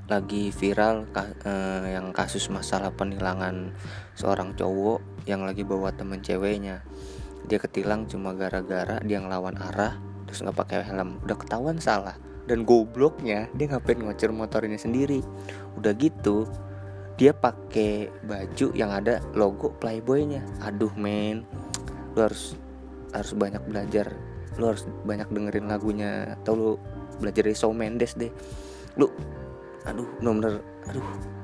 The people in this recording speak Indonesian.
lagi viral yang kasus masalah penilangan seorang cowok yang lagi bawa temen ceweknya. Dia ketilang cuma gara-gara dia ngelawan arah terus nggak pakai helm. Udah ketahuan salah, dan gobloknya dia ngapain ngocor motornya sendiri. Udah gitu dia pakai baju yang ada logo Playboy-nya. Aduh men, lu harus banyak belajar, lu harus banyak dengerin lagunya, atau lu belajar dari Shawn Mendes deh. Lu bener-bener